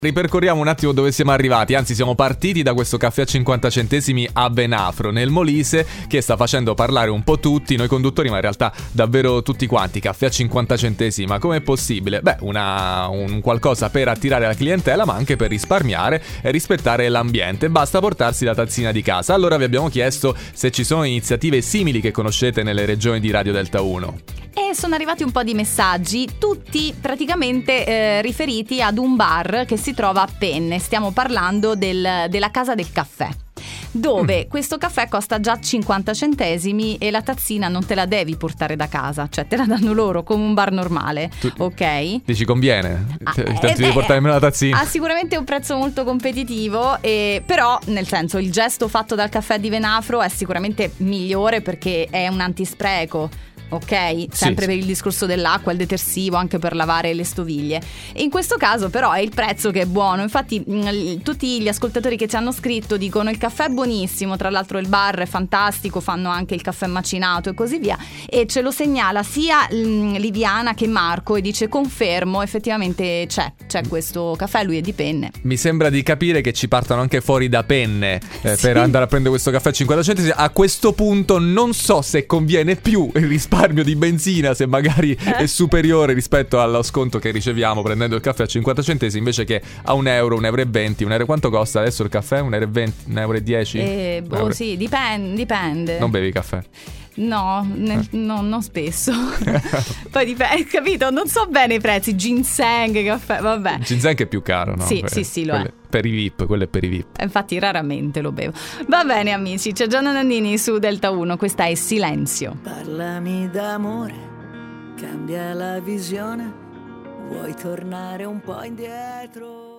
Ripercorriamo un attimo dove siamo arrivati, anzi siamo partiti da questo caffè a 50 centesimi a Venafro, nel Molise, che sta facendo parlare un po' tutti, noi conduttori, ma in realtà davvero tutti quanti. Caffè a 50 centesimi, ma com'è possibile? Beh, un qualcosa per attirare la clientela, ma anche per risparmiare e rispettare l'ambiente. Basta portarsi la tazzina di casa. Allora vi abbiamo chiesto se ci sono iniziative simili che conoscete nelle regioni di Radio Delta 1. E sono arrivati un po' di messaggi, tutti praticamente riferiti ad un bar che si trova a Penne. Stiamo parlando della Casa del Caffè, dove questo caffè costa già 50 centesimi e la tazzina non te la devi portare da casa, cioè te la danno loro come un bar normale, ok? Ti ci conviene? Devi portare almeno la tazzina? Ha sicuramente un prezzo molto competitivo, però nel senso il gesto fatto dal caffè di Venafro è sicuramente migliore perché è un antispreco. Ok, sempre per il discorso dell'acqua, il detersivo, anche per lavare le stoviglie. E in questo caso però è il prezzo che è buono. Infatti tutti gli ascoltatori che ci hanno scritto dicono il caffè è buonissimo, tra l'altro il bar è fantastico, fanno anche il caffè macinato e così via. E ce lo segnala sia Liviana che Marco e dice confermo, effettivamente c'è questo caffè, lui è di Penne. Mi sembra di capire che ci partono anche fuori da Penne per andare a prendere questo caffè a 50 centesimi. A questo punto non so se conviene più il risparmio di benzina, se magari è superiore rispetto allo sconto che riceviamo prendendo il caffè a 50 centesimi invece che a €1, €1,20. €1 quanto costa adesso il caffè? €1,20, €1,10? Sì, dipende. Non bevi caffè? No, non spesso. Poi dipende, capito? Non so bene i prezzi. Ginseng, caffè, vabbè. Ginseng è più caro, no? Sì, lo è. Per i VIP, quello è per i VIP. Infatti raramente lo bevo. Va bene amici, c'è Gianna Nannini su Delta 1, questa è Silenzio. Parlami d'amore, cambia la visione, vuoi tornare un po' indietro?